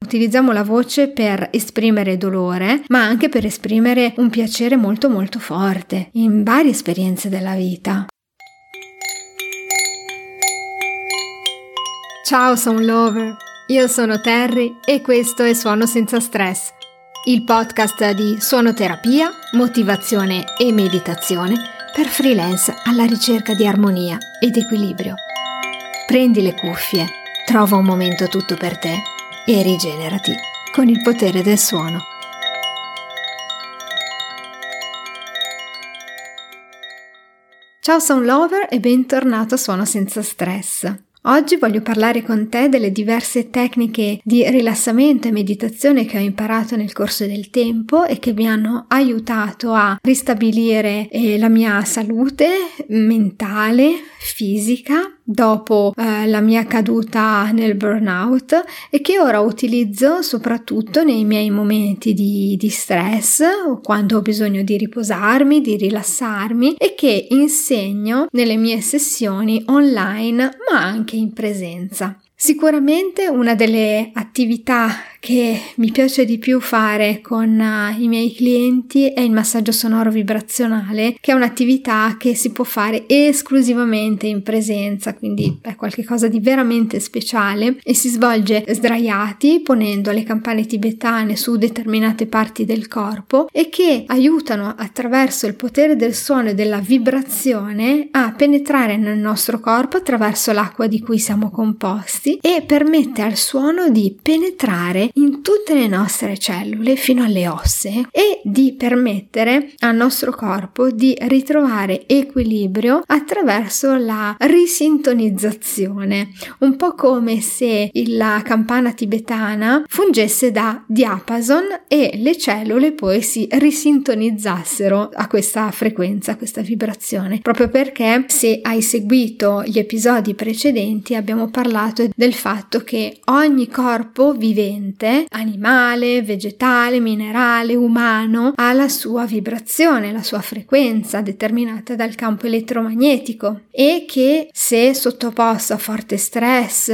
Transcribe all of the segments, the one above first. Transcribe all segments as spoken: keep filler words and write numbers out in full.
utilizziamo la voce per esprimere dolore, ma anche per esprimere un piacere molto molto forte in varie esperienze della vita. Ciao Sound Lover, io sono Terry e questo è Suono Senza Stress, il podcast di suonoterapia, motivazione e meditazione per freelance alla ricerca di armonia ed equilibrio. Prendi le cuffie, trova un momento tutto per te e rigenerati con il potere del suono. Ciao Sound Lover e bentornato a Suono Senza Stress. Oggi voglio parlare con te delle diverse tecniche di rilassamento e meditazione che ho imparato nel corso del tempo e che mi hanno aiutato a ristabilire eh, la mia salute mentale, fisica, dopo eh, la mia caduta nel burnout e che ora utilizzo soprattutto nei miei momenti di, di stress o quando ho bisogno di riposarmi, di rilassarmi e che insegno nelle mie sessioni online ma anche in presenza. Sicuramente una delle attività che mi piace di più fare con uh, i miei clienti è il massaggio sonoro vibrazionale, che è un'attività che si può fare esclusivamente in presenza, quindi è qualcosa di veramente speciale e si svolge sdraiati ponendo le campane tibetane su determinate parti del corpo e che aiutano attraverso il potere del suono e della vibrazione a penetrare nel nostro corpo attraverso l'acqua di cui siamo composti e permette al suono di penetrare in tutte le nostre cellule fino alle ossa e di permettere al nostro corpo di ritrovare equilibrio attraverso la risintonizzazione, un po' come se la campana tibetana fungesse da diapason e le cellule poi si risintonizzassero a questa frequenza, a questa vibrazione, proprio perché se hai seguito gli episodi precedenti abbiamo parlato del fatto che ogni corpo vivente, animale, vegetale, minerale, umano, ha la sua vibrazione, la sua frequenza determinata dal campo elettromagnetico e che se sottoposto a forte stress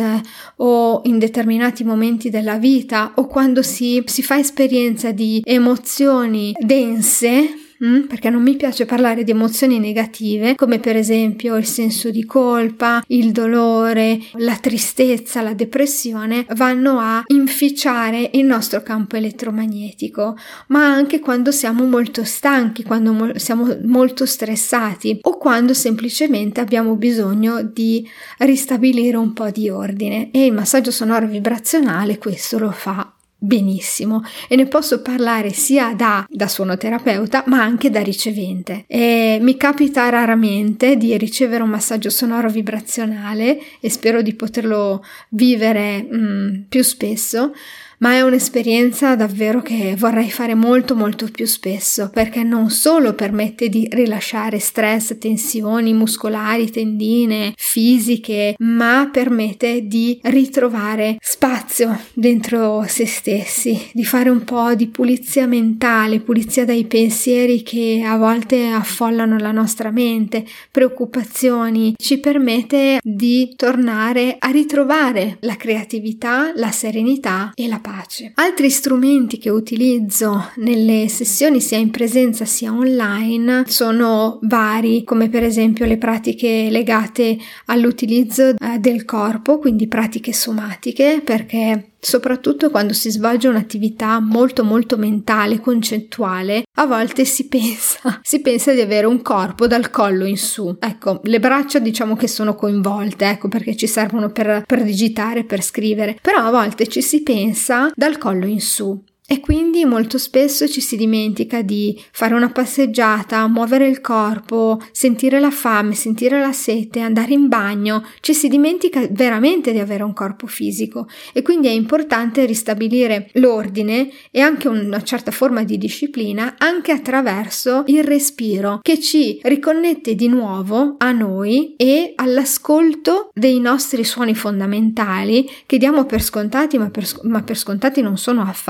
o in determinati momenti della vita o quando si, si fa esperienza di emozioni dense, perché non mi piace parlare di emozioni negative come per esempio il senso di colpa, il dolore, la tristezza, la depressione, vanno a inficiare il nostro campo elettromagnetico, ma anche quando siamo molto stanchi, quando mo- siamo molto stressati o quando semplicemente abbiamo bisogno di ristabilire un po' di ordine, e il massaggio sonoro vibrazionale questo lo fa benissimo e ne posso parlare sia da, da suonoterapeuta ma anche da ricevente. E mi capita raramente di ricevere un massaggio sonoro vibrazionale e spero di poterlo vivere mh, più spesso, ma è un'esperienza davvero che vorrei fare molto molto più spesso, perché non solo permette di rilasciare stress, tensioni muscolari, tendine, fisiche, ma permette di ritrovare spazio dentro se stessi, di fare un po' di pulizia mentale, pulizia dai pensieri che a volte affollano la nostra mente, preoccupazioni, ci permette di tornare a ritrovare la creatività, la serenità e la pace. Altri strumenti che utilizzo nelle sessioni sia in presenza sia online sono vari, come per esempio le pratiche legate all'utilizzo eh, del corpo, quindi pratiche somatiche, perché soprattutto quando si svolge un'attività molto molto mentale, concettuale, a volte si pensa, si pensa di avere un corpo dal collo in su. Ecco, le braccia diciamo che sono coinvolte, ecco, perché ci servono per, per digitare, per scrivere, però a volte ci si pensa dal collo in su. E quindi molto spesso ci si dimentica di fare una passeggiata, muovere il corpo, sentire la fame, sentire la sete, andare in bagno, ci si dimentica veramente di avere un corpo fisico e quindi è importante ristabilire l'ordine e anche una certa forma di disciplina anche attraverso il respiro, che ci riconnette di nuovo a noi e all'ascolto dei nostri suoni fondamentali che diamo per scontati, ma per, ma per scontati non sono affatto,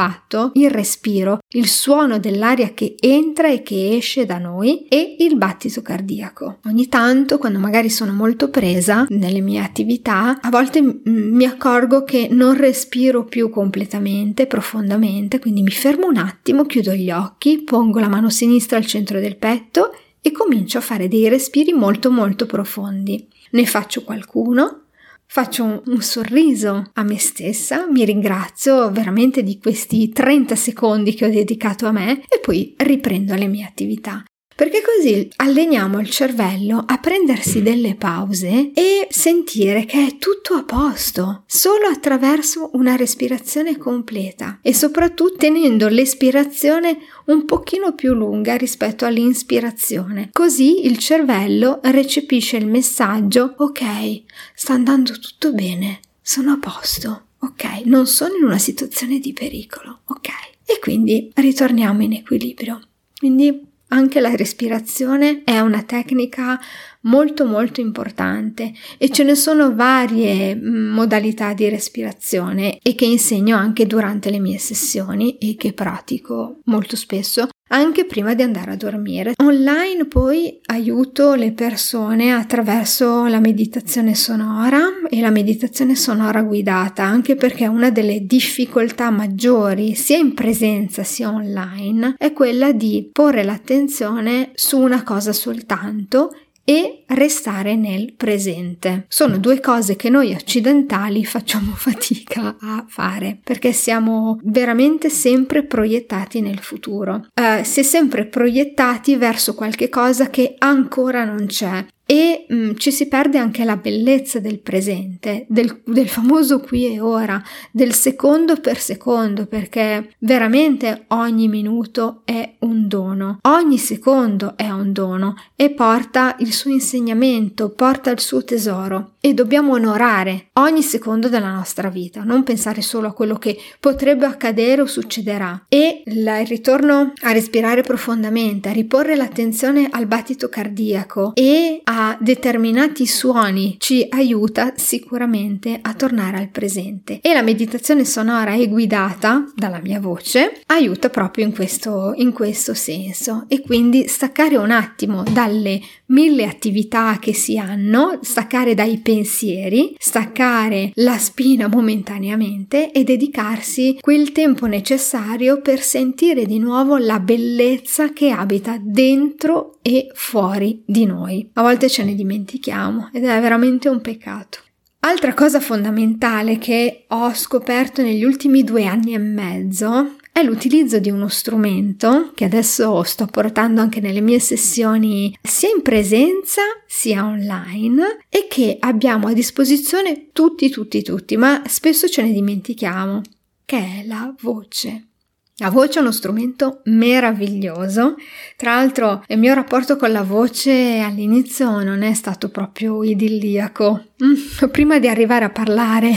proprio il respiro, il suono dell'aria che entra e che esce da noi e il battito cardiaco. Ogni tanto, quando magari sono molto presa nelle mie attività, a volte m- mi accorgo che non respiro più completamente, profondamente, quindi mi fermo un attimo, chiudo gli occhi, pongo la mano sinistra al centro del petto e comincio a fare dei respiri molto molto profondi. Ne faccio qualcuno. Faccio un, un sorriso a me stessa, mi ringrazio veramente di questi trenta secondi che ho dedicato a me e poi riprendo le mie attività. Perché così alleniamo il cervello a prendersi delle pause e sentire che è tutto a posto, solo attraverso una respirazione completa e soprattutto tenendo l'espirazione un pochino più lunga rispetto all'inspirazione. Così il cervello recepisce il messaggio: ok, sta andando tutto bene, sono a posto, ok, non sono in una situazione di pericolo, ok. E quindi ritorniamo in equilibrio. Quindi anche la respirazione è una tecnica molto molto importante e ce ne sono varie modalità di respirazione e che insegno anche durante le mie sessioni e che pratico molto spesso anche prima di andare a dormire. Online poi aiuto le persone attraverso la meditazione sonora e la meditazione sonora guidata, anche perché una delle difficoltà maggiori sia in presenza sia online è quella di porre l'attenzione su una cosa soltanto e restare nel presente. Sono due cose che noi occidentali facciamo fatica a fare perché siamo veramente sempre proiettati nel futuro. Uh, si è sempre proiettati verso qualche cosa che ancora non c'è. E mh, ci si perde anche la bellezza del presente, del, del famoso qui e ora, del secondo per secondo, perché veramente ogni minuto è un dono, ogni secondo è un dono e porta il suo insegnamento, porta il suo tesoro e dobbiamo onorare ogni secondo della nostra vita, non pensare solo a quello che potrebbe accadere o succederà. E il ritorno a respirare profondamente, a riporre l'attenzione al battito cardiaco e a a determinati suoni ci aiuta sicuramente a tornare al presente e la meditazione sonora e guidata dalla mia voce aiuta proprio in questo, in questo senso e quindi staccare un attimo dalle mille attività che si hanno, staccare dai pensieri, staccare la spina momentaneamente e dedicarsi quel tempo necessario per sentire di nuovo la bellezza che abita dentro e fuori di noi. A volte ce ne dimentichiamo ed è veramente un peccato. Altra cosa fondamentale che ho scoperto negli ultimi due anni e mezzo è l'utilizzo di uno strumento che adesso sto portando anche nelle mie sessioni sia in presenza sia online e che abbiamo a disposizione tutti tutti tutti, ma spesso ce ne dimentichiamo, che è la voce. La voce è uno strumento meraviglioso, tra l'altro il mio rapporto con la voce all'inizio non è stato proprio idilliaco. Prima di arrivare a parlare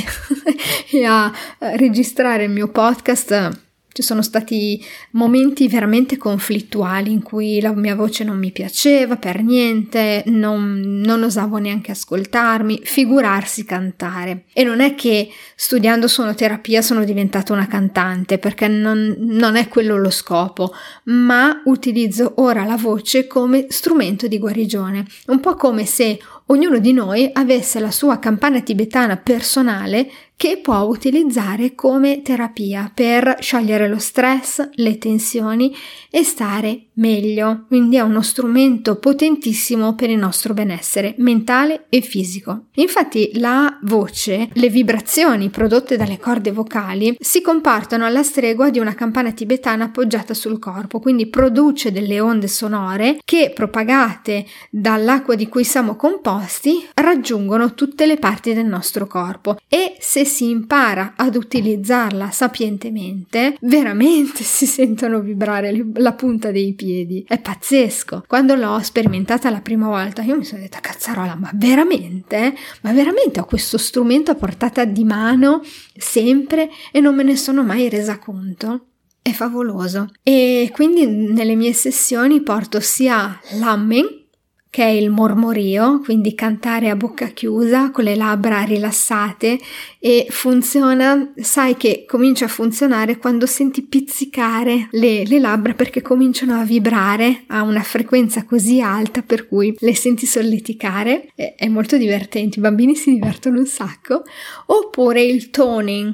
e a registrare il mio podcast ci sono stati momenti veramente conflittuali in cui la mia voce non mi piaceva per niente, non, non osavo neanche ascoltarmi, figurarsi cantare. E non è che studiando suonoterapia sono diventata una cantante, perché non, non è quello lo scopo, ma utilizzo ora la voce come strumento di guarigione, un po' come se ognuno di noi avesse la sua campana tibetana personale che può utilizzare come terapia per sciogliere lo stress, le tensioni e stare meglio. Quindi è uno strumento potentissimo per il nostro benessere mentale e fisico. Infatti la voce, le vibrazioni prodotte dalle corde vocali si comportano alla stregua di una campana tibetana appoggiata sul corpo, quindi produce delle onde sonore che, propagate dall'acqua di cui siamo composti, raggiungono tutte le parti del nostro corpo e se si impara ad utilizzarla sapientemente, veramente si sentono vibrare la punta dei piedi. È pazzesco. Quando l'ho sperimentata la prima volta, io mi sono detta: cazzarola, ma veramente? Ma veramente ho questo strumento a portata di mano sempre e non me ne sono mai resa conto? È favoloso. E quindi nelle mie sessioni porto sia l'humming, che è il mormorio, quindi cantare a bocca chiusa con le labbra rilassate, e funziona, sai che comincia a funzionare quando senti pizzicare le, le labbra, perché cominciano a vibrare a una frequenza così alta per cui le senti solleticare. È, è molto divertente, i bambini si divertono un sacco. Oppure il toning,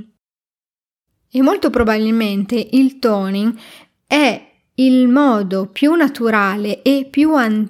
e molto probabilmente il toning è il modo più naturale e più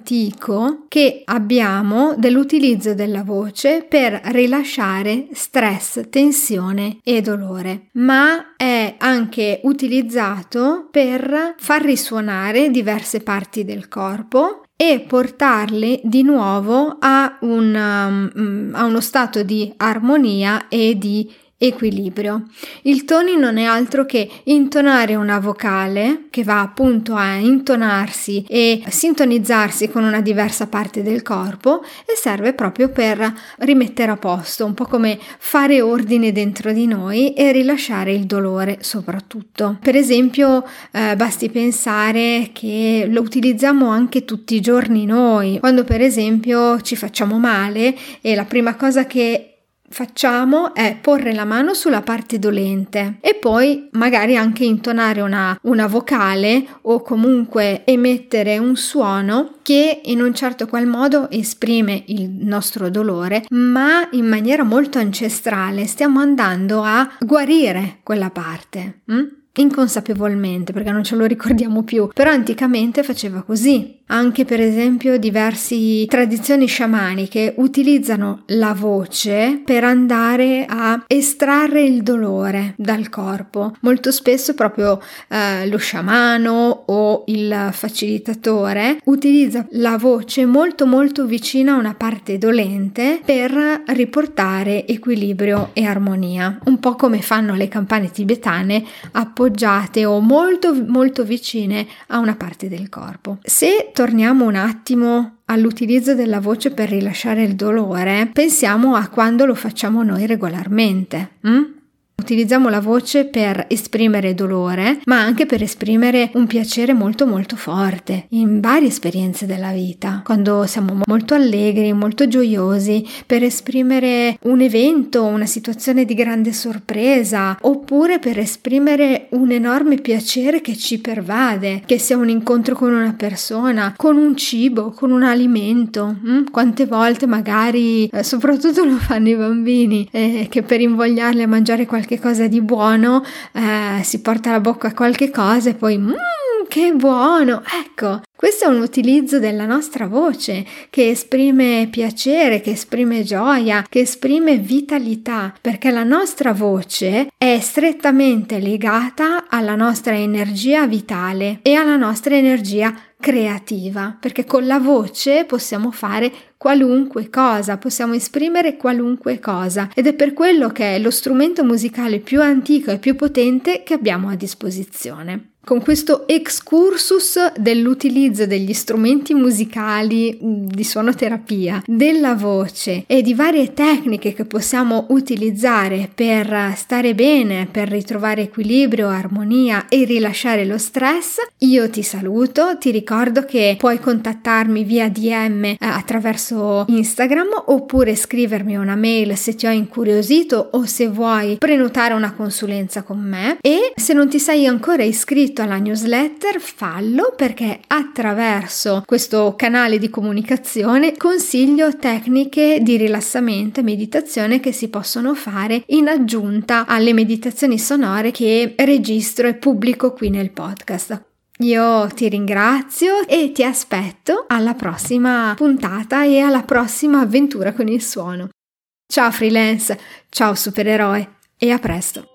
antico che abbiamo dell'utilizzo della voce per rilasciare stress, tensione e dolore, ma è anche utilizzato per far risuonare diverse parti del corpo e portarli di nuovo a, un, um, a uno stato di armonia e di equilibrio. Il toning non è altro che intonare una vocale che va appunto a intonarsi e sintonizzarsi con una diversa parte del corpo, e serve proprio per rimettere a posto, un po' come fare ordine dentro di noi e rilasciare il dolore soprattutto. Per esempio, eh, basti pensare che lo utilizziamo anche tutti i giorni noi, quando per esempio ci facciamo male e la prima cosa che facciamo è porre la mano sulla parte dolente e poi magari anche intonare una, una vocale o comunque emettere un suono che in un certo qual modo esprime il nostro dolore, ma in maniera molto ancestrale stiamo andando a guarire quella parte. Hm? Inconsapevolmente, perché non ce lo ricordiamo più, però anticamente faceva così. Anche per esempio diverse tradizioni sciamaniche utilizzano la voce per andare a estrarre il dolore dal corpo. Molto spesso proprio eh, lo sciamano o il facilitatore utilizza la voce molto molto vicina a una parte dolente per riportare equilibrio e armonia, un po' come fanno le campane tibetane appoggiate o molto molto vicine a una parte del corpo. Se torniamo un attimo all'utilizzo della voce per rilasciare il dolore, pensiamo a quando lo facciamo noi regolarmente. Hm? Utilizziamo la voce per esprimere dolore, ma anche per esprimere un piacere molto molto forte in varie esperienze della vita. Quando siamo molto allegri, molto gioiosi, per esprimere un evento, una situazione di grande sorpresa, oppure per esprimere un enorme piacere che ci pervade, che sia un incontro con una persona, con un cibo, con un alimento. Mm? Quante volte magari, eh, soprattutto lo fanno i bambini, eh, che per invogliarli a mangiare qualche cosa di buono eh, si porta alla bocca qualche cosa e poi mmm, che buono! Ecco, questo è un utilizzo della nostra voce che esprime piacere, che esprime gioia, che esprime vitalità, perché la nostra voce è strettamente legata alla nostra energia vitale e alla nostra energia creativa, perché con la voce possiamo fare qualunque cosa, possiamo esprimere qualunque cosa, ed è per quello che è lo strumento musicale più antico e più potente che abbiamo a disposizione. Con questo excursus dell'utilizzo degli strumenti musicali, di suonoterapia, della voce e di varie tecniche che possiamo utilizzare per stare bene, per ritrovare equilibrio, armonia e rilasciare lo stress, io ti saluto, ti ricordo che puoi contattarmi via D M eh, attraverso Instagram, oppure scrivermi una mail se ti ho incuriosito o se vuoi prenotare una consulenza con me, e se non ti sei ancora iscritto alla newsletter fallo, perché attraverso questo canale di comunicazione consiglio tecniche di rilassamento e meditazione che si possono fare in aggiunta alle meditazioni sonore che registro e pubblico qui nel podcast. Io ti ringrazio e ti aspetto alla prossima puntata e alla prossima avventura con il suono. Ciao freelance, ciao supereroe e a presto.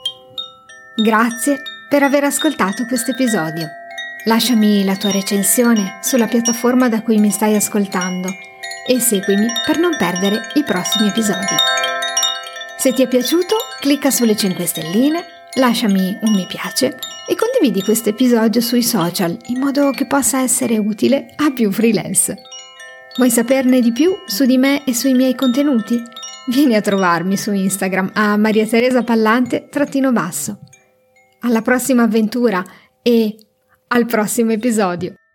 Grazie per aver ascoltato questo episodio. Lasciami la tua recensione sulla piattaforma da cui mi stai ascoltando e seguimi per non perdere i prossimi episodi. Se ti è piaciuto, clicca sulle cinque stelline, lasciami un mi piace e condividi questo episodio sui social in modo che possa essere utile a più freelance. Vuoi saperne di più su di me e sui miei contenuti? Vieni a trovarmi su Instagram a Maria Teresa Pallante trattino basso. Alla prossima avventura e al prossimo episodio!